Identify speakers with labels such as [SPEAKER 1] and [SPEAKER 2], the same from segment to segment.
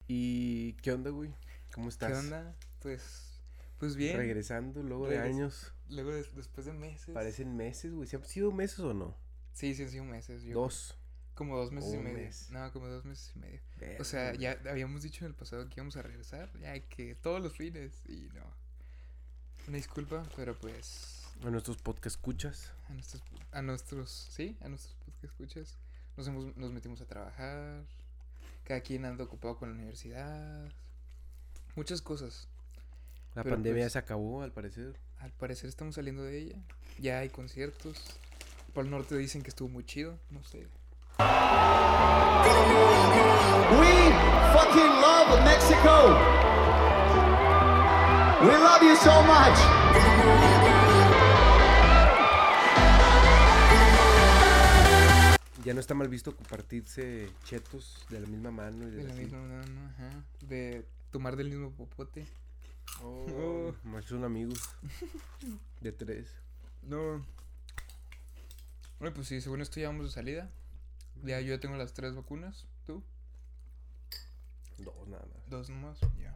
[SPEAKER 1] ¿Y qué onda, güey? ¿Cómo estás?
[SPEAKER 2] ¿Qué onda? Pues bien.
[SPEAKER 1] Regresando luego de años.
[SPEAKER 2] Luego después de meses.
[SPEAKER 1] Parecen meses, güey. ¿Se han sido meses o no?
[SPEAKER 2] Sí, han sido meses.
[SPEAKER 1] Dos.
[SPEAKER 2] Como 2 meses y
[SPEAKER 1] Un
[SPEAKER 2] medio.
[SPEAKER 1] mes.
[SPEAKER 2] No, como 2 meses y medio.
[SPEAKER 1] Verga,
[SPEAKER 2] O sea,
[SPEAKER 1] güey.
[SPEAKER 2] ya habíamos dicho en el pasado que íbamos a regresar. Ya que todos los fines. Y no. Una disculpa, pero pues.
[SPEAKER 1] A nuestros podcast escuchas.
[SPEAKER 2] A nuestros podcast escuchas. Nos metimos a trabajar. Cada quien anda ocupado con la universidad. Muchas cosas.
[SPEAKER 1] La
[SPEAKER 2] Pero
[SPEAKER 1] pandemia
[SPEAKER 2] pues,
[SPEAKER 1] se acabó, al parecer.
[SPEAKER 2] Al parecer estamos saliendo de ella. Ya hay conciertos. Por el norte dicen que estuvo muy chido. No sé.
[SPEAKER 3] We fucking love Mexico. We love you so much.
[SPEAKER 1] Ya no está mal visto compartirse chetos de la misma mano y
[SPEAKER 2] De la
[SPEAKER 1] así.
[SPEAKER 2] misma mano, ajá. De tomar del mismo popote.
[SPEAKER 1] Oh, más son amigos. De 3.
[SPEAKER 2] No. Bueno, pues sí, según esto ya vamos de salida. Ya yo ya tengo las 3 vacunas. ¿Tú?
[SPEAKER 1] 2 nada más.
[SPEAKER 2] 2 nomás. Ya.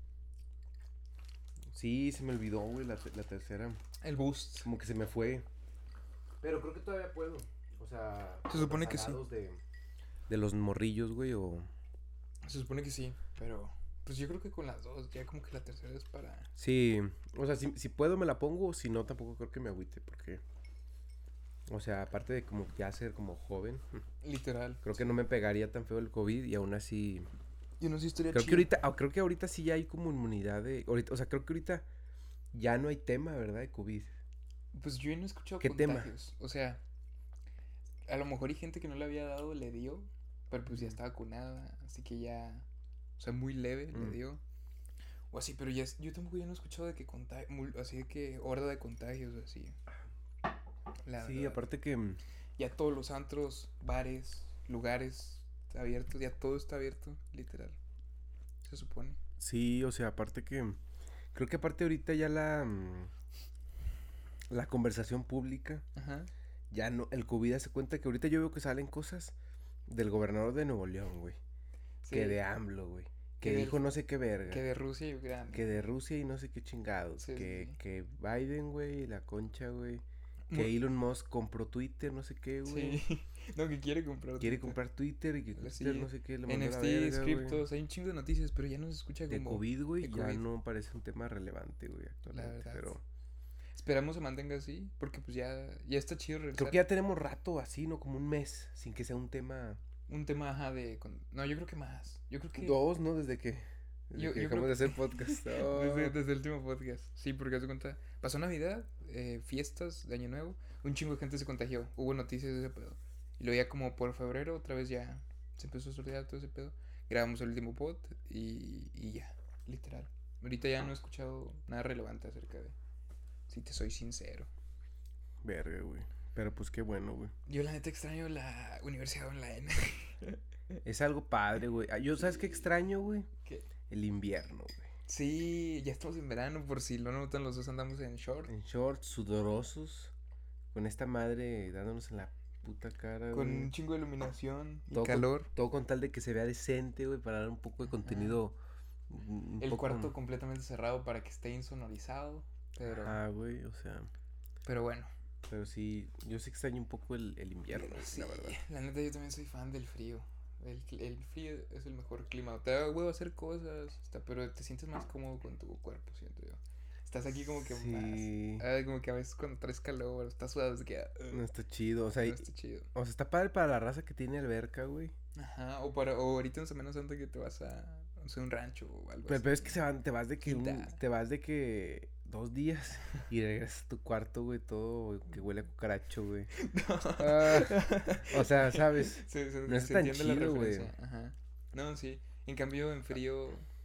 [SPEAKER 1] Sí, se me olvidó, güey, la tercera.
[SPEAKER 2] El boost.
[SPEAKER 1] Como que se me fue. Pero creo que todavía puedo. O sea,
[SPEAKER 2] Se supone que sí.
[SPEAKER 1] rezagados de los morrillos, güey, o...
[SPEAKER 2] Se supone que sí, pero pues yo creo que con las 2, ya como que la tercera es para...
[SPEAKER 1] Sí, o sea, si puedo me la pongo, si no tampoco creo que me agüite, porque... O sea, aparte de como ya ser como joven,
[SPEAKER 2] Literal.
[SPEAKER 1] creo que no me pegaría tan feo el COVID y aún así...
[SPEAKER 2] Y no sé si estaría
[SPEAKER 1] Creo
[SPEAKER 2] chido.
[SPEAKER 1] que ahorita sí ya hay como inmunidad de... Ahorita, o sea, creo que ahorita ya no hay tema, ¿verdad? De COVID.
[SPEAKER 2] Pues yo no he escuchado
[SPEAKER 1] ¿Qué tema?
[SPEAKER 2] contagios. O sea, a lo mejor hay gente que no le había dado, le dio, pero pues ya está vacunada, así que ya, o sea, muy leve le dio. O así, pero yo tampoco ya no he escuchado de que así de que horda de contagios, así. La
[SPEAKER 1] Sí,
[SPEAKER 2] verdad.
[SPEAKER 1] aparte que...
[SPEAKER 2] Ya todos los antros, bares, lugares abiertos, ya todo está abierto, literal. Se supone.
[SPEAKER 1] Sí, o sea, aparte que... Creo que aparte ahorita ya la conversación pública...
[SPEAKER 2] Ajá.
[SPEAKER 1] Ya no, el COVID hace cuenta que ahorita yo veo que salen cosas del gobernador de Nuevo León, güey.
[SPEAKER 2] Sí,
[SPEAKER 1] Que de AMLO, güey. Que
[SPEAKER 2] Que
[SPEAKER 1] dijo
[SPEAKER 2] del-
[SPEAKER 1] no sé qué verga.
[SPEAKER 2] que de Rusia y Ucrania.
[SPEAKER 1] Que de Rusia y no sé qué chingados.
[SPEAKER 2] Sí, sí, sí.
[SPEAKER 1] Que Biden, güey, la concha, güey.
[SPEAKER 2] Mu-
[SPEAKER 1] Que Elon Musk compró Twitter, no sé qué, güey.
[SPEAKER 2] Sí. No, que quiere comprar.
[SPEAKER 1] Quiere
[SPEAKER 2] Twitter.
[SPEAKER 1] comprar Twitter y que
[SPEAKER 2] Sí.
[SPEAKER 1] Twitter no sé qué le mandó a la
[SPEAKER 2] NFTs,
[SPEAKER 1] verga, güey.
[SPEAKER 2] criptos, hay un chingo de noticias, pero ya no se escucha
[SPEAKER 1] De
[SPEAKER 2] como
[SPEAKER 1] COVID, güey,
[SPEAKER 2] de
[SPEAKER 1] ya
[SPEAKER 2] COVID.
[SPEAKER 1] no parece un tema relevante, güey, actualmente.
[SPEAKER 2] La verdad.
[SPEAKER 1] Pero
[SPEAKER 2] Esperamos se mantenga así, porque pues ya está chido regresar.
[SPEAKER 1] creo que ya tenemos rato así, ¿no? Como un mes, sin que sea un tema...
[SPEAKER 2] Un tema, ajá, no, yo creo que más. Yo creo que...
[SPEAKER 1] 2, ¿no? Desde que
[SPEAKER 2] Yo
[SPEAKER 1] dejamos
[SPEAKER 2] creo
[SPEAKER 1] de
[SPEAKER 2] que-
[SPEAKER 1] hacer podcast. Oh.
[SPEAKER 2] desde el último podcast. Sí, porque haz de cuenta, pasó Navidad, fiestas de Año Nuevo, un chingo de gente se contagió, hubo noticias de ese pedo. Y luego ya como por febrero otra vez ya se empezó a sortear todo ese pedo. Grabamos el último pod y ya, literal. Ahorita ya no he escuchado nada relevante acerca de... Si te soy sincero.
[SPEAKER 1] Verga, güey. Pero pues qué bueno, güey.
[SPEAKER 2] Yo la neta extraño la universidad online.
[SPEAKER 1] Es algo padre, güey. Yo, ¿sabes qué extraño, güey?
[SPEAKER 2] ¿Qué?
[SPEAKER 1] El invierno, güey.
[SPEAKER 2] Sí, ya estamos en verano, por si lo notan, los dos andamos en short.
[SPEAKER 1] En shorts, sudorosos. Con esta madre dándonos en la puta cara,
[SPEAKER 2] Con
[SPEAKER 1] güey.
[SPEAKER 2] un chingo de iluminación y
[SPEAKER 1] Todo
[SPEAKER 2] calor.
[SPEAKER 1] todo con tal de que se vea decente, güey. Para dar un poco de contenido.
[SPEAKER 2] El cuarto completamente cerrado para que esté insonorizado.
[SPEAKER 1] Güey, o sea.
[SPEAKER 2] Pero bueno.
[SPEAKER 1] Pero sí, yo sí extraño un poco el invierno,
[SPEAKER 2] Sí,
[SPEAKER 1] la verdad.
[SPEAKER 2] la neta yo también soy fan del frío. El frío es el mejor clima. Te da huevo hacer cosas, pero te sientes más cómodo con tu cuerpo, siento yo. Estás aquí como que
[SPEAKER 1] Sí.
[SPEAKER 2] más. Como que a veces cuando traes calor, estás sudado, es que.
[SPEAKER 1] No está chido, o sea,
[SPEAKER 2] No está chido.
[SPEAKER 1] o sea, está padre para la raza que tiene alberca, güey.
[SPEAKER 2] Ajá, o ahorita en Semana Santa que te vas a un rancho o algo
[SPEAKER 1] Pero,
[SPEAKER 2] así.
[SPEAKER 1] pero es que te vas de que
[SPEAKER 2] Quita.
[SPEAKER 1] te vas de que 2 días y regresas a tu cuarto, güey, todo que huele a cucaracho, güey. Ah, o sea, ¿sabes? No es
[SPEAKER 2] se
[SPEAKER 1] tan
[SPEAKER 2] entiende la
[SPEAKER 1] chido, güey.
[SPEAKER 2] referencia. Ajá. No, sí. En cambio, en frío,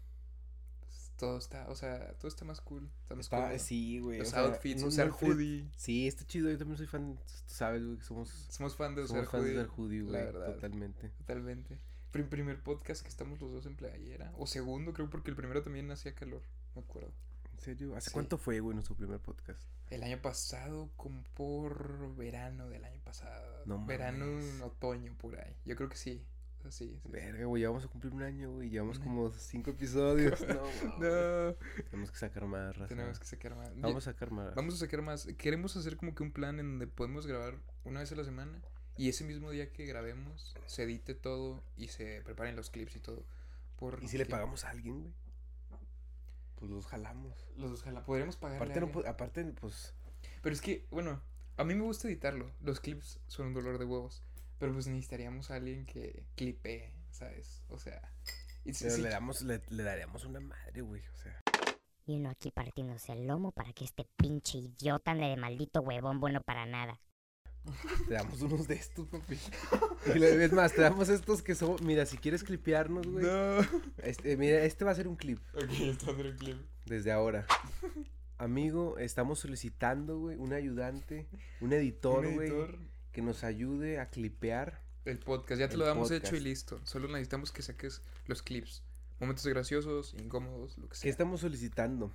[SPEAKER 2] pues, todo está, o sea, todo está más cool. Está más cómodo.
[SPEAKER 1] Sí, güey.
[SPEAKER 2] Los
[SPEAKER 1] o sea,
[SPEAKER 2] outfits,
[SPEAKER 1] no-
[SPEAKER 2] usar
[SPEAKER 1] no el frío-
[SPEAKER 2] hoodie.
[SPEAKER 1] Sí, está chido. Yo también soy fan, tú sabes, güey, que somos
[SPEAKER 2] Somos fan de usar
[SPEAKER 1] fans
[SPEAKER 2] hoodie.
[SPEAKER 1] de usar hoodie,
[SPEAKER 2] La
[SPEAKER 1] güey,
[SPEAKER 2] verdad.
[SPEAKER 1] totalmente.
[SPEAKER 2] Totalmente. Primer podcast que estamos los dos en playera. O segundo, creo, porque el primero también hacía calor. Me acuerdo.
[SPEAKER 1] ¿En serio? ¿Hace
[SPEAKER 2] Sí.
[SPEAKER 1] cuánto fue, güey, nuestro primer podcast?
[SPEAKER 2] El año pasado, como por verano del año pasado.
[SPEAKER 1] No
[SPEAKER 2] Verano,
[SPEAKER 1] mames.
[SPEAKER 2] otoño, por ahí. Yo creo que sí. sí.
[SPEAKER 1] Verga, güey, ya vamos a cumplir un año, güey. Llevamos como 5 episodios. No. Tenemos que sacar más, raza.
[SPEAKER 2] Tenemos que sacar más.
[SPEAKER 1] Vamos a sacar más.
[SPEAKER 2] Vamos a sacar más. Queremos hacer como que un plan en donde podemos grabar una vez a la semana. Y ese mismo día que grabemos, se edite todo y se preparen los clips y todo.
[SPEAKER 1] ¿Y si le pagamos a alguien, güey? Pues los jalamos.
[SPEAKER 2] Podríamos pagarle
[SPEAKER 1] Aparte, pues...
[SPEAKER 2] Pero es que, bueno, a mí me gusta editarlo. Los clips son un dolor de huevos. Pero pues necesitaríamos a alguien que clipee, ¿sabes? O sea...
[SPEAKER 1] Pero le daríamos una madre, güey, o sea...
[SPEAKER 4] Y uno aquí partiéndose el lomo para que este pinche idiota ande de maldito huevón bueno para nada.
[SPEAKER 1] Te damos unos de estos, papi. Y es más, te damos estos que son... Mira, si quieres clipearnos, güey.
[SPEAKER 2] No.
[SPEAKER 1] Mira, este va a ser un clip.
[SPEAKER 2] Ok, este va a ser un clip.
[SPEAKER 1] Desde ahora. Amigo, estamos solicitando, güey, un ayudante, un editor, güey, que nos ayude a clipear
[SPEAKER 2] el podcast. Ya te lo damos hecho y listo. Solo necesitamos que saques los clips. Momentos graciosos, incómodos, lo que sea.
[SPEAKER 1] ¿Qué estamos solicitando?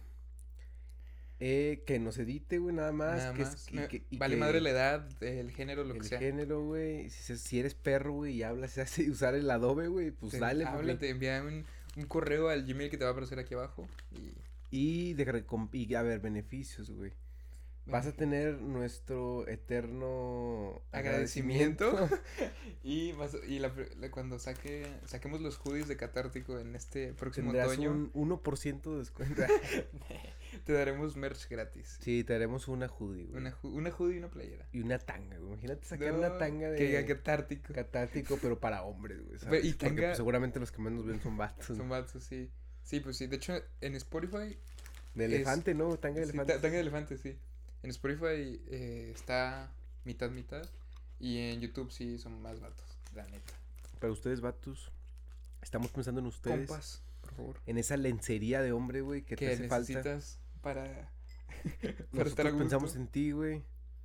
[SPEAKER 1] Que nos edite, güey, nada más.
[SPEAKER 2] Vale madre la edad, el género, lo que sea.
[SPEAKER 1] El género, güey. Si eres perro, güey, y hablas así, usar el Adobe, güey, pues dale.
[SPEAKER 2] Háblate, envía un correo al Gmail que te va a aparecer aquí abajo.
[SPEAKER 1] Y a ver, beneficios, güey. Vas a tener nuestro eterno agradecimiento.
[SPEAKER 2] y cuando saquemos los hoodies de Catártico en este próximo
[SPEAKER 1] otoño,
[SPEAKER 2] un
[SPEAKER 1] 1% de descuento.
[SPEAKER 2] Te daremos merch gratis.
[SPEAKER 1] Sí, te daremos una hoodie, güey.
[SPEAKER 2] Una hoodie y una playera.
[SPEAKER 1] Y una tanga, güey. Imagínate sacar una tanga de...
[SPEAKER 2] Que diga Catártico.
[SPEAKER 1] Catártico, pero para hombres, güey, ¿sabes?
[SPEAKER 2] Y
[SPEAKER 1] porque pues, seguramente los que más nos ven son vatos.
[SPEAKER 2] Son vatos, sí. Sí, pues sí. De hecho, en Spotify...
[SPEAKER 1] De elefante, ¿no? Tanga de elefante.
[SPEAKER 2] Tanga de elefante, sí. En Spotify está mitad. Y en YouTube sí son más vatos, la neta.
[SPEAKER 1] Para ustedes, vatos, estamos pensando en ustedes.
[SPEAKER 2] Compas, por favor.
[SPEAKER 1] En esa lencería de hombre, güey, que te hace falta.
[SPEAKER 2] Que necesitas para
[SPEAKER 1] estar a gusto. Pensamos en ti, güey.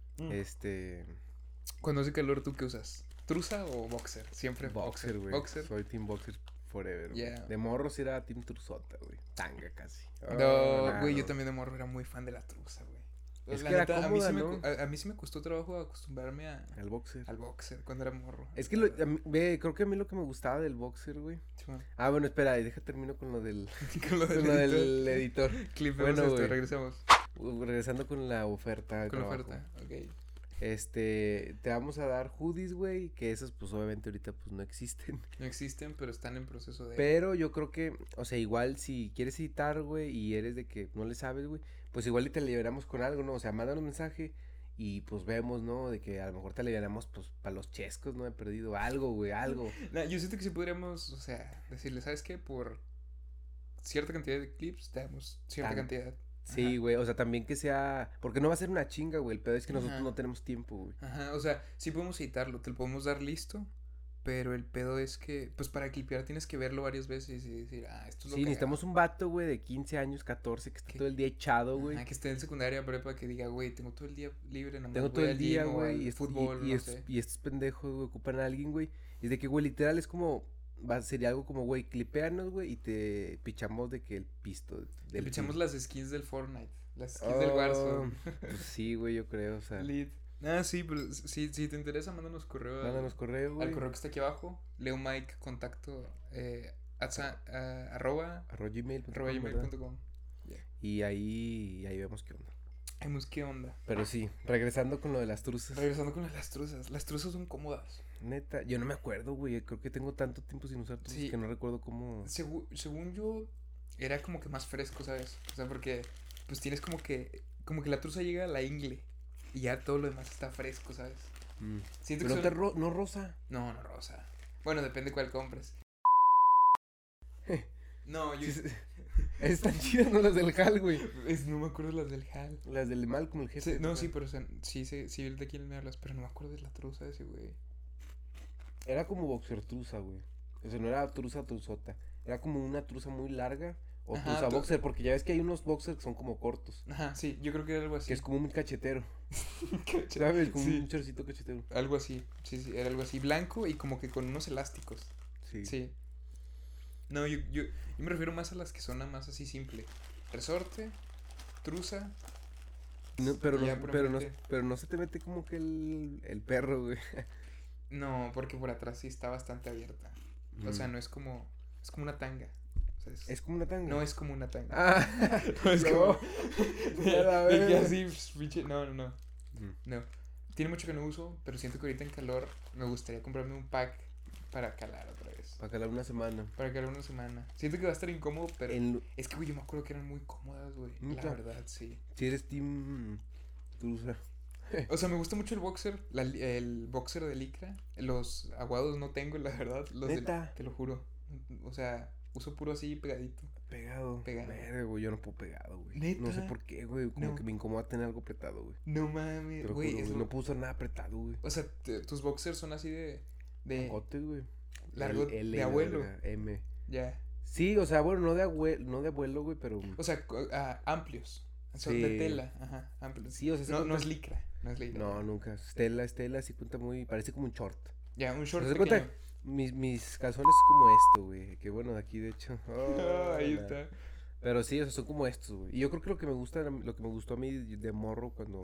[SPEAKER 2] Cuando hace calor, ¿tú qué usas? ¿Trusa o boxer? Siempre
[SPEAKER 1] boxer, güey. Soy team boxer forever. Yeah. De morro sí era team truzota, güey. Tanga casi.
[SPEAKER 2] No, güey, yo también de morro era muy fan de la trusa, güey.
[SPEAKER 1] Es que era cómoda,
[SPEAKER 2] a mí sí me costó trabajo acostumbrarme
[SPEAKER 1] al boxer.
[SPEAKER 2] Al boxer, cuando era morro.
[SPEAKER 1] Es que creo que a mí lo que me gustaba del boxer, güey. Sí, bueno, espera, termino con lo del...
[SPEAKER 2] con lo del
[SPEAKER 1] editor.
[SPEAKER 2] Bueno, regresamos.
[SPEAKER 1] Regresando con la oferta de trabajo.
[SPEAKER 2] Con la oferta, ok.
[SPEAKER 1] Te vamos a dar hoodies, güey, que esas pues obviamente ahorita pues no existen.
[SPEAKER 2] No existen, pero están en proceso de...
[SPEAKER 1] Pero yo creo que, o sea, igual si quieres editar, güey, y eres de que no le sabes, güey, pues igual y te liberamos con algo, ¿no? O sea, mándanos un mensaje y pues vemos, ¿no? De que a lo mejor te liberamos pues para los chescos, ¿no? He perdido algo, güey, algo.
[SPEAKER 2] Yo siento que sí podríamos, o sea, decirle, ¿sabes qué? Por cierta cantidad de clips te damos cierta cantidad.
[SPEAKER 1] Sí, güey, o sea, también que sea... Porque no va a ser una chinga, güey, el pedo es que nosotros no tenemos tiempo, güey.
[SPEAKER 2] Ajá, o sea, sí podemos editarlo, te lo podemos dar listo, pero el pedo es que, pues para clipear tienes que verlo varias veces y decir, esto es lo que...
[SPEAKER 1] Sí, necesitamos un vato, güey, de 15 años, 14, que esté todo el día echado, güey.
[SPEAKER 2] Que esté en secundaria prepa, que diga, güey, tengo todo el día libre, nada más
[SPEAKER 1] tengo todo el día, güey,
[SPEAKER 2] y fútbol,
[SPEAKER 1] no sé. Y estos pendejos, güey, ocupan a alguien, güey, y de que, güey, literal es como... sería algo como, güey, clipearnos, güey, y te pichamos de que el pisto...
[SPEAKER 2] Te pichamos las skins del Fortnite. Las skins del Warzone.
[SPEAKER 1] Pues sí, güey, yo creo, o sea.
[SPEAKER 2] Lead. Sí, pero si te interesa, mándanos correo.
[SPEAKER 1] Güey.
[SPEAKER 2] Al correo que está aquí abajo. Leo Mike, contacto, gmail.com.
[SPEAKER 1] Yeah. Y ahí vemos qué onda.
[SPEAKER 2] Vemos qué onda.
[SPEAKER 1] Pero sí, regresando con lo de las truzas.
[SPEAKER 2] Las truzas son cómodas.
[SPEAKER 1] Neta, yo no me acuerdo, güey. Creo que tengo tanto tiempo sin usar truzas que no recuerdo cómo.
[SPEAKER 2] Según yo, era como que más fresco, ¿sabes? O sea, porque pues tienes como que la truza llega a la ingle y ya todo lo demás está fresco, ¿sabes?
[SPEAKER 1] Siento que no rosa.
[SPEAKER 2] No rosa. Bueno, depende cuál compres. No, yo...
[SPEAKER 1] Están chidas, ¿no? Las del HAL, güey.
[SPEAKER 2] No me acuerdo las del HAL.
[SPEAKER 1] Las del Malcolm, el jefe.
[SPEAKER 2] Sí, pero o sea, sí de quién me hablas, pero no me acuerdo de la truza de ese, güey.
[SPEAKER 1] Era como boxer truza, güey. O sea, no era truzota. Era como una truza muy larga. O truza boxer, porque ya ves que hay unos boxers que son como cortos.
[SPEAKER 2] Ajá, sí, yo creo que era algo así.
[SPEAKER 1] Que es como un cachetero. ¿Sabes? Como un chorcito cachetero.
[SPEAKER 2] Algo así, sí, era algo así. Blanco y como que con unos elásticos. Sí. No, yo me refiero más a las que son más así simple. Resorte, truza.
[SPEAKER 1] No, pero no se te mete como que el perro, güey.
[SPEAKER 2] No, porque por atrás sí está bastante abierta. O sea, no es como... Es como una tanga. O sea,
[SPEAKER 1] ¿Es como una tanga?
[SPEAKER 2] No es como una tanga.
[SPEAKER 1] Ah,
[SPEAKER 2] No es
[SPEAKER 1] no.
[SPEAKER 2] como...
[SPEAKER 1] Ya la
[SPEAKER 2] de que
[SPEAKER 1] verga.
[SPEAKER 2] así, pinche... No.
[SPEAKER 1] Mm.
[SPEAKER 2] No. Tiene mucho que no uso, pero siento que ahorita en calor me gustaría comprarme un pack para calar otra vez.
[SPEAKER 1] Para calar una semana.
[SPEAKER 2] Para calar una semana. Siento que va a estar incómodo, pero...
[SPEAKER 1] En-
[SPEAKER 2] Es que, güey, yo me acuerdo que eran muy cómodas, güey. La
[SPEAKER 1] Neta.
[SPEAKER 2] verdad, sí.
[SPEAKER 1] Si eres team trusa.
[SPEAKER 2] O sea, me gusta mucho el boxer, el boxer de licra. Los aguados no tengo, la verdad. Los
[SPEAKER 1] ¿Neta?
[SPEAKER 2] te lo juro. O sea, uso puro así pegadito.
[SPEAKER 1] Pegado.
[SPEAKER 2] Pegado.
[SPEAKER 1] Verga, güey, yo no puedo pegado, güey.
[SPEAKER 2] ¿Neta?
[SPEAKER 1] No sé por qué, güey. Como
[SPEAKER 2] No.
[SPEAKER 1] que me incomoda tener algo apretado, güey.
[SPEAKER 2] No
[SPEAKER 1] Te
[SPEAKER 2] mames,
[SPEAKER 1] lo
[SPEAKER 2] güey.
[SPEAKER 1] juro,
[SPEAKER 2] Es
[SPEAKER 1] güey, no puedo usar nada apretado, güey.
[SPEAKER 2] O sea, tus boxers son así de
[SPEAKER 1] Cotes, güey.
[SPEAKER 2] largo,
[SPEAKER 1] L,
[SPEAKER 2] de
[SPEAKER 1] la
[SPEAKER 2] abuelo.
[SPEAKER 1] verga, M.
[SPEAKER 2] Ya.
[SPEAKER 1] Sí, o sea, bueno, no de abuelo, güey, pero...
[SPEAKER 2] O sea, amplios. Son
[SPEAKER 1] Sí.
[SPEAKER 2] de tela. Ajá, amplios.
[SPEAKER 1] Sí, o sea, se
[SPEAKER 2] no,
[SPEAKER 1] cuenta-
[SPEAKER 2] no es licra. No es licra.
[SPEAKER 1] No, nunca. Estela sí cuenta muy... Parece como un short.
[SPEAKER 2] Ya, un
[SPEAKER 1] O
[SPEAKER 2] short
[SPEAKER 1] sea, se
[SPEAKER 2] pequeño.
[SPEAKER 1] cuenta... Mis calzones como esto, güey. Que bueno, de aquí, de hecho.
[SPEAKER 2] Ah, ahí
[SPEAKER 1] la-
[SPEAKER 2] está.
[SPEAKER 1] Pero sí, o sea, son como estos, güey. Y yo creo que lo que me gusta, lo que me gustó a mí de morro cuando...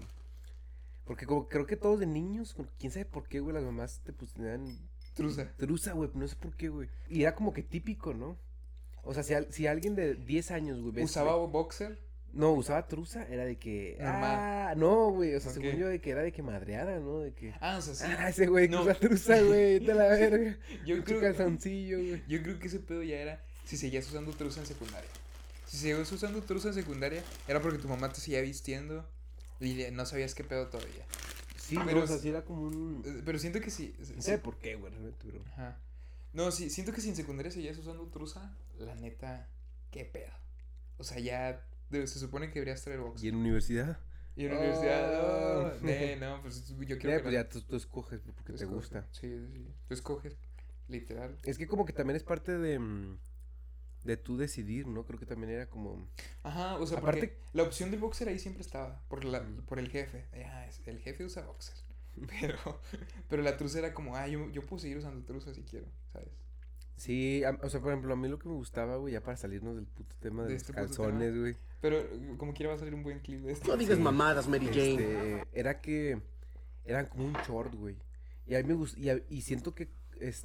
[SPEAKER 1] Porque como, creo que todos de niños, quién sabe por qué, güey, las mamás te pues tenían
[SPEAKER 2] Trusa.
[SPEAKER 1] trusa, güey, no sé por qué, güey. Y era como que típico, ¿no? O sea, si alguien de 10 años, güey, ves-
[SPEAKER 2] Usaba boxer.
[SPEAKER 1] No, usaba trusa, era de que...
[SPEAKER 2] Normal.
[SPEAKER 1] Ah, no, güey, o sea,
[SPEAKER 2] Ok.
[SPEAKER 1] según yo, de que era de que madreada, ¿no? De que...
[SPEAKER 2] Ah, o sea, sí.
[SPEAKER 1] Ah, ese güey que
[SPEAKER 2] No.
[SPEAKER 1] usa trusa, güey, de la verga.
[SPEAKER 2] Yo
[SPEAKER 1] Pinche
[SPEAKER 2] creo,
[SPEAKER 1] calzoncillo, güey.
[SPEAKER 2] yo creo que ese pedo ya era si seguías usando trusa en secundaria. Si seguías usando trusa en secundaria, era porque tu mamá te seguía vistiendo y no sabías qué pedo todavía.
[SPEAKER 1] Sí,
[SPEAKER 2] Pero
[SPEAKER 1] pero o sea,
[SPEAKER 2] es-
[SPEAKER 1] sí era como un...
[SPEAKER 2] Pero siento que sí.
[SPEAKER 1] No sé por qué, güey, realmente, pero...
[SPEAKER 2] Ajá. No, sí, siento que si en secundaria seguías usando trusa, la neta, qué pedo. O sea, ya se supone que deberías traer boxer.
[SPEAKER 1] ¿Y en universidad?
[SPEAKER 2] Y en la universidad,
[SPEAKER 1] Oh.
[SPEAKER 2] no, pues yo quiero que
[SPEAKER 1] Pues ya tú escoges, güey, porque
[SPEAKER 2] tú
[SPEAKER 1] te
[SPEAKER 2] escoges.
[SPEAKER 1] gusta.
[SPEAKER 2] Sí, sí. Tú escoges, literal.
[SPEAKER 1] Es que como que también es parte de tú decidir, ¿no? Creo que también era como...
[SPEAKER 2] Ajá, o sea,
[SPEAKER 1] Aparte-
[SPEAKER 2] porque la opción del boxer ahí siempre estaba,
[SPEAKER 1] Mm.
[SPEAKER 2] por el jefe. El jefe usa boxer. Pero la truza era como, yo puedo seguir usando truza si quiero, ¿sabes?
[SPEAKER 1] Sí, o sea, por ejemplo, a mí lo que me gustaba, güey, ya para salirnos del puto tema de,
[SPEAKER 2] De
[SPEAKER 1] los
[SPEAKER 2] este puto
[SPEAKER 1] calzones, güey.
[SPEAKER 2] Pero como quiera va a salir un buen clip de esto.
[SPEAKER 3] No digas
[SPEAKER 1] Sí.
[SPEAKER 3] mamadas, Mary Jane.
[SPEAKER 1] Era que eran como un short, güey. Y a mí me gusta, y siento que,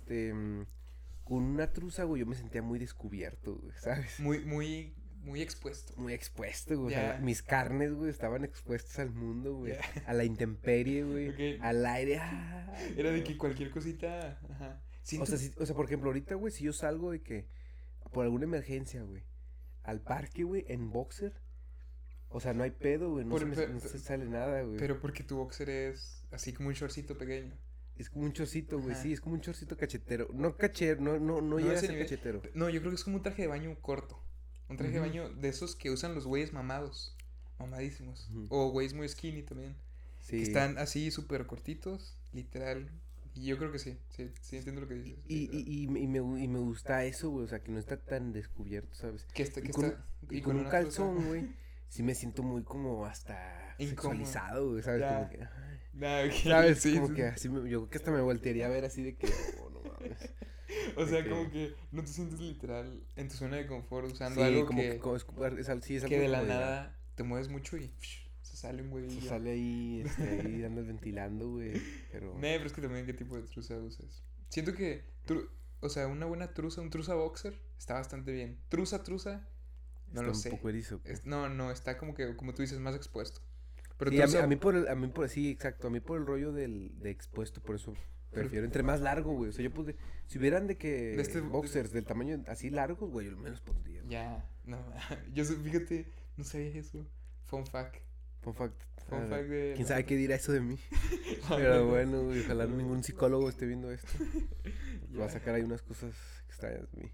[SPEAKER 1] con una truza, güey, yo me sentía muy descubierto, güey, ¿sabes?
[SPEAKER 2] Muy expuesto.
[SPEAKER 1] Muy expuesto, güey. O sea,
[SPEAKER 2] Ya.
[SPEAKER 1] mis carnes, güey, estaban expuestas al mundo, güey.
[SPEAKER 2] Ya.
[SPEAKER 1] A la intemperie, güey.
[SPEAKER 2] Ok.
[SPEAKER 1] Al aire.
[SPEAKER 2] Era de que cualquier cosita, ajá.
[SPEAKER 1] O sea, o sea, por ejemplo, ahorita, güey, si yo salgo de que, por alguna emergencia, güey, al parque, güey, en boxer, o sea, no hay pedo, güey,
[SPEAKER 2] Por-
[SPEAKER 1] no se sale nada, güey.
[SPEAKER 2] Pero porque tu boxer es así como un shortcito pequeño.
[SPEAKER 1] Es como un chorcito, güey,
[SPEAKER 2] Ajá.
[SPEAKER 1] sí, es como un chorcito cachetero. No cachetero, no llega a
[SPEAKER 2] ese
[SPEAKER 1] ser
[SPEAKER 2] nivel.
[SPEAKER 1] cachetero.
[SPEAKER 2] No, yo creo que es como un traje de baño corto. Un traje de
[SPEAKER 1] Ujú.
[SPEAKER 2] baño de esos que usan los güeyes mamados. Mamadísimos.
[SPEAKER 1] Ujú.
[SPEAKER 2] O güeyes muy skinny también.
[SPEAKER 1] Sí.
[SPEAKER 2] Que están así súper cortitos, literal. Y yo creo que sí entiendo lo que dices.
[SPEAKER 1] Y me gusta eso, güey, o sea, que no está tan descubierto, ¿sabes?
[SPEAKER 2] Que está,
[SPEAKER 1] Y
[SPEAKER 2] que
[SPEAKER 1] con,
[SPEAKER 2] está,
[SPEAKER 1] y con un
[SPEAKER 2] una
[SPEAKER 1] calzón,
[SPEAKER 2] truza.
[SPEAKER 1] güey, sí me siento muy como hasta
[SPEAKER 2] Incómodo.
[SPEAKER 1] sexualizado, güey, ¿sabes?
[SPEAKER 2] Ya.
[SPEAKER 1] Como que, ay,
[SPEAKER 2] Nah, ok,
[SPEAKER 1] ¿sabes?
[SPEAKER 2] sí,
[SPEAKER 1] Como
[SPEAKER 2] sí,
[SPEAKER 1] que
[SPEAKER 2] sí.
[SPEAKER 1] así, yo creo que hasta me voltearía a ver así de que, oh, no mames.
[SPEAKER 2] O sea,
[SPEAKER 1] de
[SPEAKER 2] como
[SPEAKER 1] que-
[SPEAKER 2] que no te sientes literal en tu zona de confort usando
[SPEAKER 1] Sí,
[SPEAKER 2] algo
[SPEAKER 1] como
[SPEAKER 2] que,
[SPEAKER 1] sí, es algo
[SPEAKER 2] que de la
[SPEAKER 1] como
[SPEAKER 2] nada te mueves mucho y se sale un güey.
[SPEAKER 1] Se
[SPEAKER 2] y ya.
[SPEAKER 1] sale ahí, ahí andas ventilando, güey, pero...
[SPEAKER 2] Pero es que también qué tipo de truza usas. Siento que, o sea, una buena truza, un truza boxer, está bastante bien. Truza, no lo
[SPEAKER 1] está
[SPEAKER 2] sé.
[SPEAKER 1] un poco erizo.
[SPEAKER 2] No, está como que, como tú dices, más expuesto. Pero
[SPEAKER 1] Sí,
[SPEAKER 2] truza,
[SPEAKER 1] a mí por, sí, exacto, a mí por el rollo de expuesto, por eso prefiero entre más largo, güey, o sea, yo pues, si hubieran de que
[SPEAKER 2] De este-
[SPEAKER 1] boxers del tamaño así largos, güey, yo me los pondría. güey.
[SPEAKER 2] ya, no, fíjate, no sabía eso. Fun fact.
[SPEAKER 1] Fun fact.
[SPEAKER 2] Fun
[SPEAKER 1] ah,
[SPEAKER 2] fact de...
[SPEAKER 1] ¿Quién sabe qué dirá eso de mí? Pero bueno, güey, ojalá ningún psicólogo esté viendo esto. Va a sacar ahí unas cosas extrañas de mí.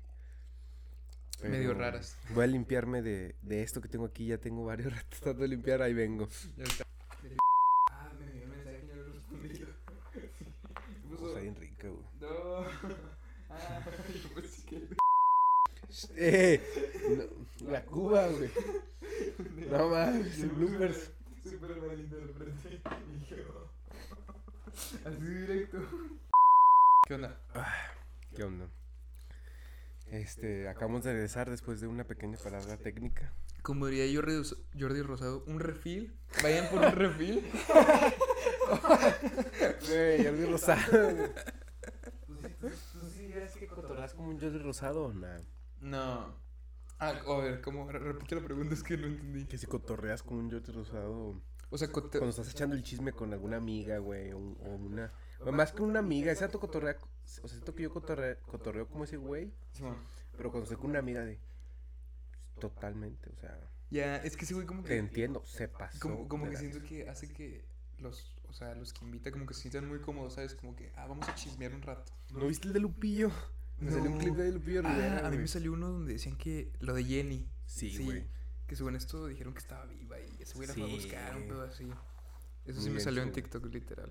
[SPEAKER 2] Medio
[SPEAKER 1] Pero
[SPEAKER 2] raras.
[SPEAKER 1] Voy a limpiarme de esto que tengo aquí, ya tengo varios ratos tratando de limpiar, ahí vengo.
[SPEAKER 2] Ya está. Me envió un mensaje y no lo he respondido. ¿Qué pasó?
[SPEAKER 1] Está bien rica, güey.
[SPEAKER 2] No. Yo pensé que...
[SPEAKER 1] La Cuba, güey. No mames,
[SPEAKER 2] Yo
[SPEAKER 1] bloopers.
[SPEAKER 2] Súper malinterpreté. Y yo... Así directo. ¿Qué onda?
[SPEAKER 1] ¿Qué onda? Acabamos de regresar después de una pequeña parada técnica.
[SPEAKER 2] Como diría Jordi Rosado, un refil. Vayan por un refil.
[SPEAKER 1] Güey, Jordi Rosado.
[SPEAKER 3] Tú sí dirás que
[SPEAKER 1] cotorreas como un Jordi Rosado o nada?
[SPEAKER 2] No. A ver, ¿cómo? Repite la pregunta, es que no entendí.
[SPEAKER 1] Que si cotorreas como un Jordi Rosado.
[SPEAKER 2] O sea,
[SPEAKER 1] Cuando estás echando el chisme con alguna amiga, güey, o una... o más que una amiga, ese dato cotorrea... O sea, siento que yo cotorreo como ese güey,
[SPEAKER 2] Simón.
[SPEAKER 1] pero cuando estoy con una amiga de... Totalmente, o sea...
[SPEAKER 2] Ya, es que ese güey como
[SPEAKER 1] Te
[SPEAKER 2] que...
[SPEAKER 1] entiendo, se pasó.
[SPEAKER 2] Como
[SPEAKER 1] de
[SPEAKER 2] que
[SPEAKER 1] la
[SPEAKER 2] siento
[SPEAKER 1] risa.
[SPEAKER 2] que hace que o sea, los que invita como que se sientan muy cómodos, ¿sabes? Como que, vamos a chismear un rato.
[SPEAKER 1] ¿No viste el de Lupillo? Me salió un clip de Lupillo Rivera,
[SPEAKER 2] a mí
[SPEAKER 1] güey.
[SPEAKER 2] me salió uno donde decían que lo de Jenny.
[SPEAKER 1] Sí, güey.
[SPEAKER 2] Que según esto dijeron que estaba viva y ese güey la fue a
[SPEAKER 1] Sí.
[SPEAKER 2] buscar, un pedo así. Eso
[SPEAKER 1] Muy
[SPEAKER 2] sí me
[SPEAKER 1] bien,
[SPEAKER 2] salió en
[SPEAKER 1] güey.
[SPEAKER 2] TikTok, literal.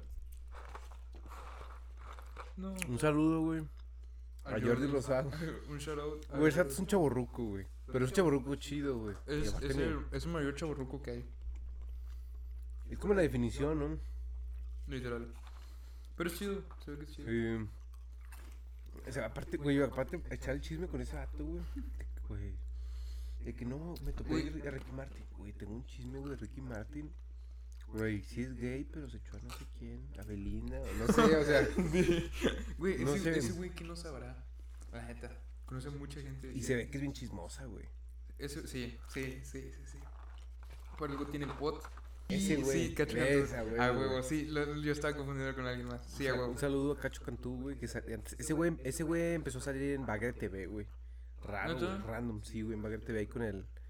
[SPEAKER 2] No.
[SPEAKER 1] Un saludo, güey. A Jordi Rosado.
[SPEAKER 2] Un shout out.
[SPEAKER 1] Güey, ese vato es un chaborruco, güey. Pero es un chaborruco chido, güey. Y aparte
[SPEAKER 2] Es el mayor chaborruco que hay,
[SPEAKER 1] es como la definición, ¿no?
[SPEAKER 2] literal. Pero es chido, se ve que es chido.
[SPEAKER 1] Sí. O sea, aparte, echar el chisme con ese vato, güey. Güey. De que no, me tocó ir a Ricky Martin. Güey, tengo un chisme, güey, de Ricky Martin. Güey, sí es gay, pero se echó a no sé quién. A Belinda, o no sé, o sea.
[SPEAKER 2] Güey,
[SPEAKER 1] No sé.
[SPEAKER 2] ese güey que no sabrá, la neta. Conoce mucha gente.
[SPEAKER 1] Y se ve que es bien chismosa, güey.
[SPEAKER 2] Eso, sí. Por algo tiene el pot.
[SPEAKER 1] Ese güey,
[SPEAKER 2] Sí, Cacho
[SPEAKER 1] esa,
[SPEAKER 2] Cantú.
[SPEAKER 1] güey,
[SPEAKER 2] A
[SPEAKER 1] güey.
[SPEAKER 2] huevo, sí. Yo estaba confundido con alguien más. Sí, a huevo.
[SPEAKER 1] Un saludo a Cacho Cantú, güey. Ese güey empezó a salir en Bagger TV, güey. Raro,
[SPEAKER 2] ¿Neta?
[SPEAKER 1] güey, random, sí, güey, en Bagger TV ahí con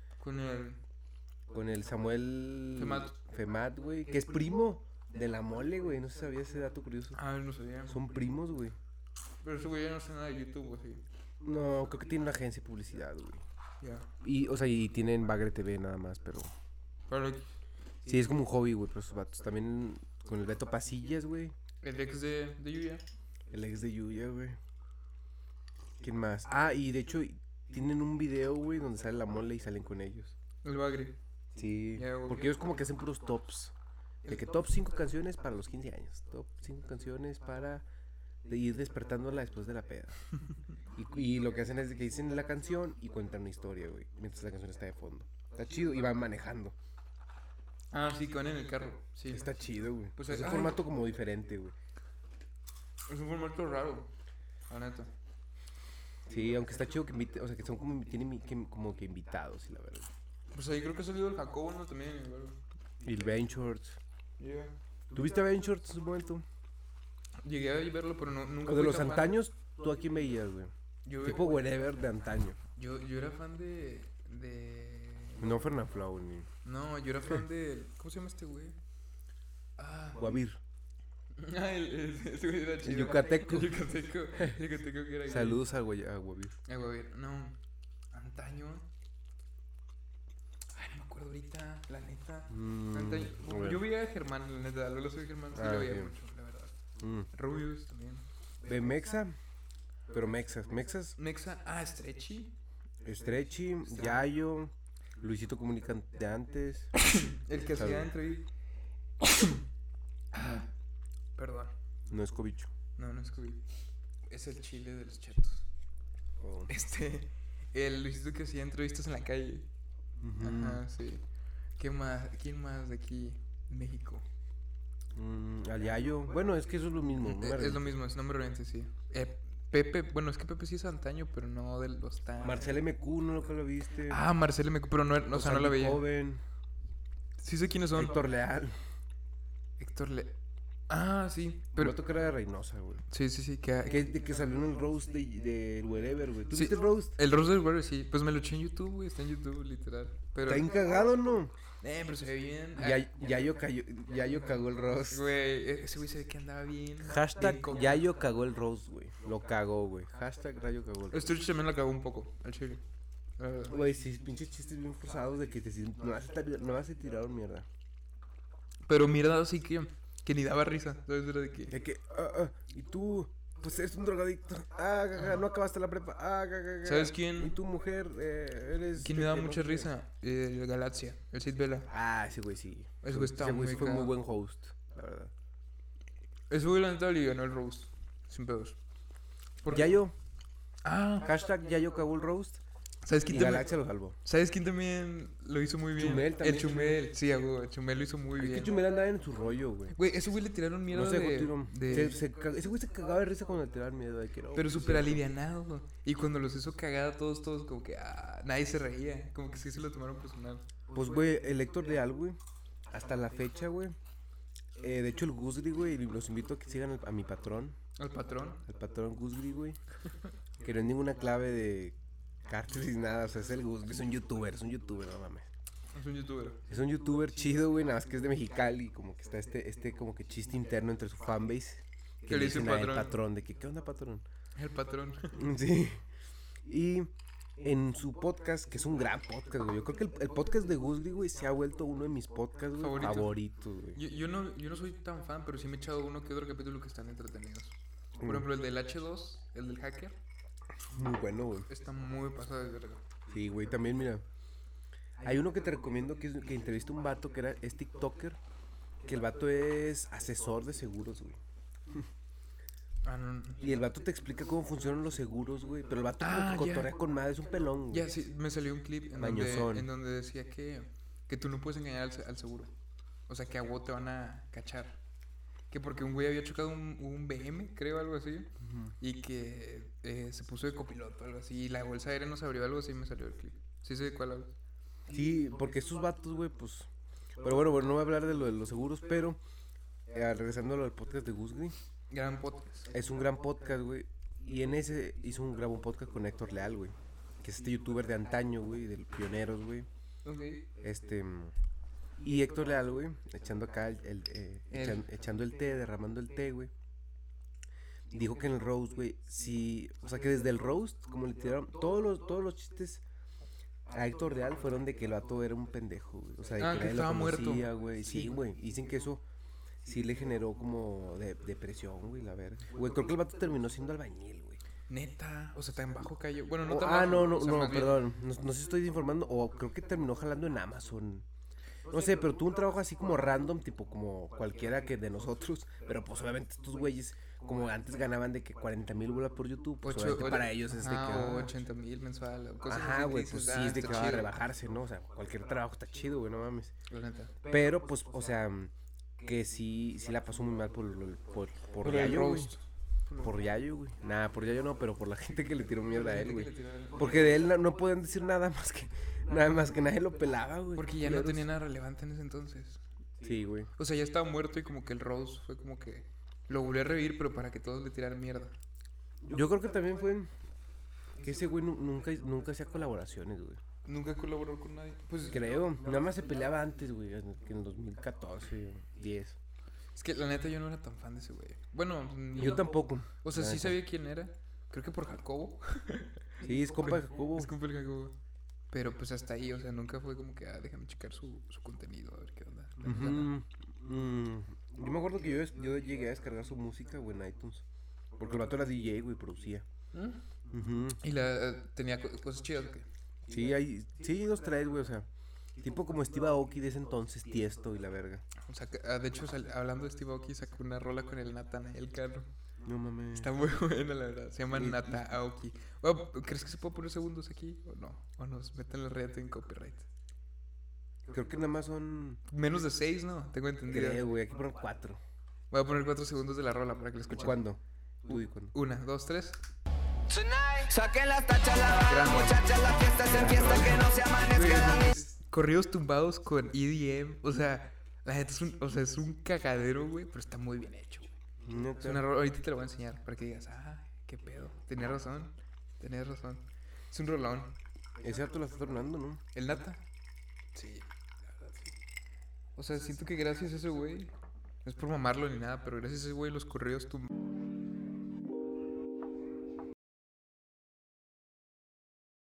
[SPEAKER 1] el Samuel Femat, güey, que es primo de la Mole, güey. No sé si sabía ese dato curioso.
[SPEAKER 2] No sabía.
[SPEAKER 1] Son primos, güey.
[SPEAKER 2] Pero ese güey ya no sé nada de YouTube, así.
[SPEAKER 1] No, creo que tiene una agencia de publicidad, güey.
[SPEAKER 2] Ya.
[SPEAKER 1] Y, o sea, y tienen Bagre TV nada más, pero...
[SPEAKER 2] Pero
[SPEAKER 1] Sí, es como un hobby, güey, pero esos vatos. También con el Beto Pasillas, güey.
[SPEAKER 2] el ex de Yuya.
[SPEAKER 1] El ex de Yuya, güey. ¿Quién más? Ah, y de hecho tienen un video, güey, donde sale la Mole y salen con ellos.
[SPEAKER 2] El Bagre.
[SPEAKER 1] Sí,
[SPEAKER 2] Ya, güey.
[SPEAKER 1] porque ellos como que hacen puros tops. De que top 5 canciones para los 15 años. Top 5 canciones para ir despertándola después de la peda. Y lo que hacen es de que dicen la canción y cuentan una historia, güey. Mientras la canción está de fondo. Está chido y van manejando.
[SPEAKER 2] Sí, que van en el carro. Sí.
[SPEAKER 1] Está chido, güey.
[SPEAKER 2] Pues,
[SPEAKER 1] Es un
[SPEAKER 2] ay.
[SPEAKER 1] formato como diferente, güey.
[SPEAKER 2] Es un formato raro. La neta.
[SPEAKER 1] Sí, aunque está chido que invite, o sea, que son como, como que invitados, y la verdad.
[SPEAKER 2] Pues ahí creo que ha salido el Jacobo, ¿no? También, igual.
[SPEAKER 1] Y el Ben Shorts.
[SPEAKER 2] Yeah.
[SPEAKER 1] ¿Tuviste a Ben Shorts en su momento?
[SPEAKER 2] Llegué a verlo, pero nunca
[SPEAKER 1] O de
[SPEAKER 2] fui
[SPEAKER 1] los
[SPEAKER 2] tan fan.
[SPEAKER 1] antaños, ¿tú a quién veías, güey?
[SPEAKER 2] Yo,
[SPEAKER 1] Tipo whatever de antaño.
[SPEAKER 2] yo era fan de...
[SPEAKER 1] No Fernanfloo ni
[SPEAKER 2] No, yo era fan de... ¿Cómo se llama este güey?
[SPEAKER 1] Guavir.
[SPEAKER 2] Ese güey era chido.
[SPEAKER 1] El yucateco.
[SPEAKER 2] El yucateco que era gay.
[SPEAKER 1] Saludos a Guavir.
[SPEAKER 2] Guavir. No, antaño. No me acuerdo ahorita, la neta. Antaño.
[SPEAKER 1] A ver.
[SPEAKER 2] Yo veía a Germán, la neta. Luego soy Germán, sí lo veía
[SPEAKER 1] ok.
[SPEAKER 2] mucho, la verdad.
[SPEAKER 1] Mm.
[SPEAKER 2] Rubius también.
[SPEAKER 1] De Mexa, pero Mexas,
[SPEAKER 2] Nexa, Stretchy.
[SPEAKER 1] Stretchy, Yayo, Luisito Comunicante de antes.
[SPEAKER 2] El que
[SPEAKER 1] Salud.
[SPEAKER 2] hacía entrevistas. Perdón.
[SPEAKER 1] No es Cobicho.
[SPEAKER 2] No es COVID. Es el chile de los chetos.
[SPEAKER 1] Oh.
[SPEAKER 2] El Luisito que hacía entrevistas en la calle.
[SPEAKER 1] Ujú.
[SPEAKER 2] Ajá, sí. ¿Qué más? ¿Quién más de aquí? México.
[SPEAKER 1] Al Yayo. Bueno, es que eso es lo mismo. ¿no?
[SPEAKER 2] Es lo mismo, es nombre oriente, sí. Pepe, bueno, es que Pepe sí es antaño, pero no de los tan.
[SPEAKER 1] Marcel MQ, ¿no lo viste?
[SPEAKER 2] Marcelo MQ, pero no, o sea, no la veía.
[SPEAKER 1] Joven,
[SPEAKER 2] Sí sé quiénes son.
[SPEAKER 1] Héctor Leal.
[SPEAKER 2] Héctor sí.
[SPEAKER 1] Pero
[SPEAKER 2] Pero.
[SPEAKER 1] que era de Reynosa, güey.
[SPEAKER 2] Sí.
[SPEAKER 1] Que salió en el roast de Wherever, güey. ¿Tú
[SPEAKER 2] Sí.
[SPEAKER 1] viste el roast?
[SPEAKER 2] El Rose del Warrior, sí. Pues me lo eché en YouTube, güey. Está en YouTube, literal. Pero.
[SPEAKER 1] Está encagado, ¿no?
[SPEAKER 2] Pero se ve bien.
[SPEAKER 1] Yayo cagó el roast.
[SPEAKER 2] Güey, ese güey se ve que andaba bien.
[SPEAKER 1] Hashtag
[SPEAKER 2] bien coco.
[SPEAKER 1] Yayo cagó el roast, güey. Lo cagó, güey. Hashtag Yayo cagó el roast.
[SPEAKER 2] Sturge también la cagó un poco, al chile. La verdad.
[SPEAKER 1] Güey, sí, pinches chistes bien forzados de que no vas a tirar mierda.
[SPEAKER 2] Pero mierda, así que ni daba risa. ¿Sabes? Era de que.
[SPEAKER 1] De que, y tú, pues eres un drogadicto. No acabaste la prepa.
[SPEAKER 2] ¿Sabes quién?
[SPEAKER 1] Y tu mujer, eres.
[SPEAKER 2] ¿Quién me daba mucha risa? El Galaxia, el Sid Vela.
[SPEAKER 1] Ese güey sí.
[SPEAKER 2] Ese güey está
[SPEAKER 1] Ese güey
[SPEAKER 2] muy
[SPEAKER 1] sí fue muy
[SPEAKER 2] cagado.
[SPEAKER 1] buen host, la verdad.
[SPEAKER 2] Ese güey, la neta, le ganó el roast. Sin pedos.
[SPEAKER 1] Yayo,
[SPEAKER 2] Ah,
[SPEAKER 1] hashtag Yayo cagó el roast.
[SPEAKER 2] ¿Sabes
[SPEAKER 1] Y
[SPEAKER 2] quién también?
[SPEAKER 1] Galaxia lo salvó.
[SPEAKER 2] ¿Sabes quién también lo hizo muy bien?
[SPEAKER 1] Chumel también,
[SPEAKER 2] El Chumel. Sí, a huevo, el Chumel lo hizo muy
[SPEAKER 1] Es
[SPEAKER 2] bien.
[SPEAKER 1] que Chumel andaba en su rollo, güey.
[SPEAKER 2] Güey, ese güey le tiraron mierda
[SPEAKER 1] No sé,
[SPEAKER 2] de...
[SPEAKER 1] tiró. Ese güey se cagaba de risa cuando le tiraban miedo de que no.
[SPEAKER 2] Pero súper alivianado, güey. Y cuando los hizo cagada todos, como que nadie se reía. Como que sí se lo tomaron personal.
[SPEAKER 1] Pues, güey, el Héctor Leal, güey, hasta la fecha, güey. De hecho, el Gusgri, güey, los invito a que sigan a mi patrón,
[SPEAKER 2] Al patrón.
[SPEAKER 1] al patrón Gusgri, güey. Que no es ninguna clave de cárteles ni nada, o sea, es el Gusgri, es un youtuber, no mames.
[SPEAKER 2] Es un youtuber.
[SPEAKER 1] Es un youtuber chido, güey, nada más que es de Mexicali, como que está este como que chiste interno entre su fanbase.
[SPEAKER 2] Que le dice
[SPEAKER 1] dicen a el
[SPEAKER 2] patrón.
[SPEAKER 1] patrón, de que, ¿qué onda, patrón?
[SPEAKER 2] El patrón.
[SPEAKER 1] Sí. Y en su podcast, que es un gran podcast, güey. Yo creo que el podcast de Gusgri, güey, se ha vuelto uno de mis podcasts, güey,
[SPEAKER 2] Favorito.
[SPEAKER 1] favoritos, güey.
[SPEAKER 2] Yo no soy tan fan, pero sí me he echado uno que otro capítulo que están entretenidos. Por ejemplo, el del H2, el del hacker,
[SPEAKER 1] Muy bueno, güey.
[SPEAKER 2] está muy pasado de verga.
[SPEAKER 1] Sí, güey, también, mira. Hay uno que te recomiendo que entrevista a un vato que es TikToker. Que el vato es asesor de seguros, güey.
[SPEAKER 2] No.
[SPEAKER 1] Y el vato te explica cómo funcionan los seguros, güey. Pero el vato como que
[SPEAKER 2] Ya.
[SPEAKER 1] cotorrea con madre, es un pelón, güey.
[SPEAKER 2] Ya, sí, me salió un clip
[SPEAKER 1] Mañosón.
[SPEAKER 2] en donde decía que tú no puedes engañar al seguro. O sea, que a vos te van a cachar. Que porque un güey había chocado un BM, creo, algo así. Y que se puso de copiloto, algo así. Y la bolsa aérea no se abrió, algo así, y me salió el clip. Sí sé de cuál hablas.
[SPEAKER 1] Sí, porque estos vatos, güey, pues... Pero bueno, no voy a hablar de lo de los seguros, pero... regresando a lo del podcast de Gusgri.
[SPEAKER 2] Gran podcast.
[SPEAKER 1] Es un gran podcast, güey. Y en ese grabó un podcast con Héctor Leal, güey. Que es este youtuber de antaño, güey, de los pioneros, güey.
[SPEAKER 2] Ok.
[SPEAKER 1] Y Héctor Leal, güey, echando acá echando el té, derramando el té, güey. Dijo que en el roast, güey, sí, o sea que desde el roast, como le tiraron, todos los chistes a Héctor Leal fueron de que el vato era un pendejo, güey. O sea, de que
[SPEAKER 2] Que
[SPEAKER 1] nadie lo
[SPEAKER 2] estaba muerto.
[SPEAKER 1] conocía, güey.
[SPEAKER 2] Sí,
[SPEAKER 1] Sí, güey. Dicen que eso sí le generó como depresión, güey, la verga. Güey, creo que el vato terminó siendo albañil, güey.
[SPEAKER 2] Neta, o sea, tan bajo cayó. Bueno, no tan bajo.
[SPEAKER 1] No,
[SPEAKER 2] o sea, más bien-
[SPEAKER 1] perdón. No sé si estoy informando. O creo que terminó jalando en Amazon. No sé, pero tuvo un trabajo así como random, tipo como cualquiera que de nosotros. Pero pues obviamente estos güeyes, como antes ganaban de que 40,000 bolas por YouTube, pues obviamente para ellos es de que...
[SPEAKER 2] o 80,000 mensual. O cosas
[SPEAKER 1] Ajá,
[SPEAKER 2] así que
[SPEAKER 1] güey,
[SPEAKER 2] dices,
[SPEAKER 1] pues sí, es de
[SPEAKER 2] está
[SPEAKER 1] que va a
[SPEAKER 2] chido.
[SPEAKER 1] rebajarse, ¿no? O sea, cualquier trabajo está chido, güey, no mames.
[SPEAKER 2] La neta.
[SPEAKER 1] Pero pues, o sea, que sí la pasó muy mal por
[SPEAKER 2] Por el
[SPEAKER 1] Yayo, güey.
[SPEAKER 2] roast.
[SPEAKER 1] Por Yayo, güey. Nada, por Yayo no, pero por la gente que le tiró mierda a él, güey.
[SPEAKER 2] Que le tiraron-
[SPEAKER 1] Porque de él no podían decir nada más que nadie lo pelaba, güey.
[SPEAKER 2] Porque ya no
[SPEAKER 1] Culeros.
[SPEAKER 2] tenía nada relevante en ese entonces.
[SPEAKER 1] Sí, güey.
[SPEAKER 2] O sea, ya estaba muerto y como que el roast fue como que lo volvió a revivir, pero para que todos le tiraran mierda.
[SPEAKER 1] Yo creo que también fue que ese güey nunca hacía colaboraciones, güey.
[SPEAKER 2] Nunca colaboró con nadie. Pues
[SPEAKER 1] Creo. Nada más se peleaba antes, güey, que en el 2014, 10.
[SPEAKER 2] es que la neta yo no era tan fan de ese güey. Bueno,
[SPEAKER 1] Yo tampoco.
[SPEAKER 2] O sea,
[SPEAKER 1] la
[SPEAKER 2] sí
[SPEAKER 1] neta.
[SPEAKER 2] sabía quién era. Creo que por Jacobo.
[SPEAKER 1] Sí, es compa de Jacobo.
[SPEAKER 2] Es compa el Jacobo. Pero pues hasta ahí, o sea, nunca fue como que, déjame checar su contenido, a ver qué onda. La neta, no.
[SPEAKER 1] Yo me acuerdo que yo llegué a descargar su música, güey, en iTunes. Porque el vato era DJ, güey, producía. Ujú.
[SPEAKER 2] Y tenía cosas chidas, ¿o qué?
[SPEAKER 1] Sí, 2, 3, güey, o sea. Tipo como Steve Aoki de ese entonces, Tiesto y la verga.
[SPEAKER 2] O sea, de hecho, hablando de Steve Aoki, sacó una rola con el Nathanael Cano.
[SPEAKER 1] No mames.
[SPEAKER 2] Está muy buena, la verdad. Se llama
[SPEAKER 1] Y-
[SPEAKER 2] Nata Aoki. Bueno, ¿crees que se puede poner segundos aquí o no? O nos meten la red en copyright.
[SPEAKER 1] Creo que nada más son.
[SPEAKER 2] Menos de 6, ¿no? Tengo entendido.
[SPEAKER 1] Creo, güey, hay que poner 4.
[SPEAKER 2] Voy a poner 4 segundos de la rola para que la escuchen.
[SPEAKER 1] ¿Cuándo? Uy, ¿cuándo?
[SPEAKER 2] 1, 2, 3.
[SPEAKER 5] Saquen las tachas, la
[SPEAKER 2] Grande.
[SPEAKER 5] muchachas, la fiesta es en fiesta, que no se amanezca.
[SPEAKER 2] Corridos tumbados con EDM. O sea, la gente es un cagadero, güey. Pero está muy bien hecho, güey.
[SPEAKER 1] Neta.
[SPEAKER 2] Es una rola, ahorita te la voy a enseñar para que digas, qué pedo. Tenías razón. Es un rolón.
[SPEAKER 1] Ese vato la está tornando, ¿no?
[SPEAKER 2] ¿El Nata? Sí, la verdad sí. O sea, siento que gracias a ese güey, no es por mamarlo ni nada, pero gracias a ese güey los corridos tumbados.